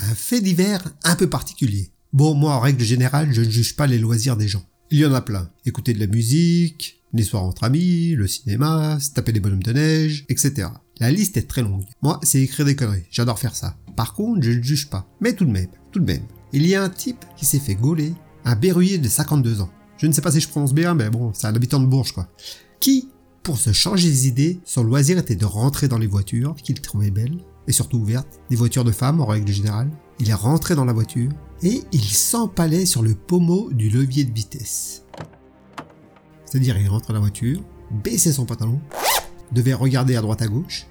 un fait divers un peu particulier. Bon, moi, en règle générale, je ne juge pas les loisirs des gens. Il y en a plein. Écouter de la musique, les soirs entre amis, le cinéma, se taper des bonhommes de neige, etc. La liste est très longue. Moi, c'est écrire des conneries. J'adore faire ça. Par contre, je ne juge pas. Mais tout de même. Il y a un type qui s'est fait gauler, un berruyer de 52 ans. Je ne sais pas si je prononce bien, mais bon, c'est un habitant de Bourges, quoi. Qui, pour se changer les idées, son loisir était de rentrer dans les voitures qu'il trouvait belles, et surtout ouvertes, des voitures de femmes en règle générale. Il est rentré dans la voiture, et il s'empalait sur le pommeau du levier de vitesse. C'est-à-dire, il rentre dans la voiture, baissait son pantalon, devait regarder à droite à gauche.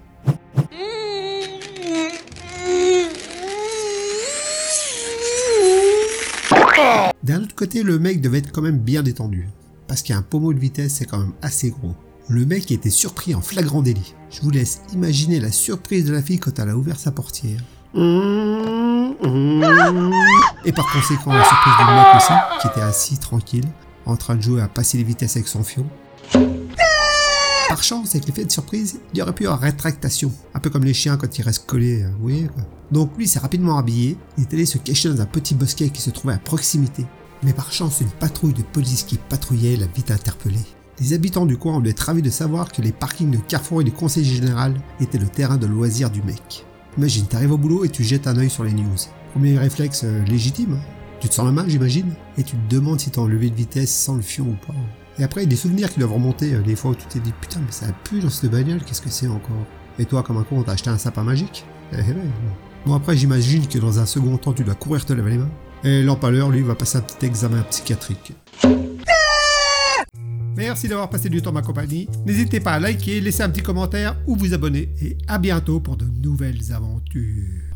D'un autre côté, le mec devait être quand même bien détendu, parce qu'un pommeau de vitesse, c'est quand même assez gros. Le mec était surpris en flagrant délit. Je vous laisse imaginer la surprise de la fille quand elle a ouvert sa portière. Et par conséquent, la surprise du mec aussi, qui était assis tranquille, en train de jouer à passer les vitesses avec son fion. Par chance, avec l'effet de surprise, il y aurait pu avoir rétractation, un peu comme les chiens quand ils restent collés, vous voyez quoi. Donc lui s'est rapidement habillé, il est allé se cacher dans un petit bosquet qui se trouvait à proximité. Mais par chance, une patrouille de police qui patrouillait l'a vite interpellé. Les habitants du coin ont dû être ravis de savoir que les parkings de Carrefour et du Conseil Général étaient le terrain de loisirs du mec. Imagine, t'arrives au boulot et tu jettes un œil sur les news. Premier réflexe légitime, hein. Tu te sens le mal, j'imagine, et tu te demandes si t'as enlevé de vitesse sans le fion ou pas. Et après, il y a des souvenirs qui doivent remonter, les fois où tu t'es dit « Putain, mais ça pue dans cette bagnole, qu'est-ce que c'est encore ?» Et toi, comme un con, t'as acheté un sapin magique. Bon, après, j'imagine que dans un second temps, tu dois courir te laver les mains. Et l'empaleur, lui, va passer un petit examen psychiatrique. Merci d'avoir passé du temps ma compagnie. N'hésitez pas à liker, laisser un petit commentaire ou vous abonner. Et à bientôt pour de nouvelles aventures.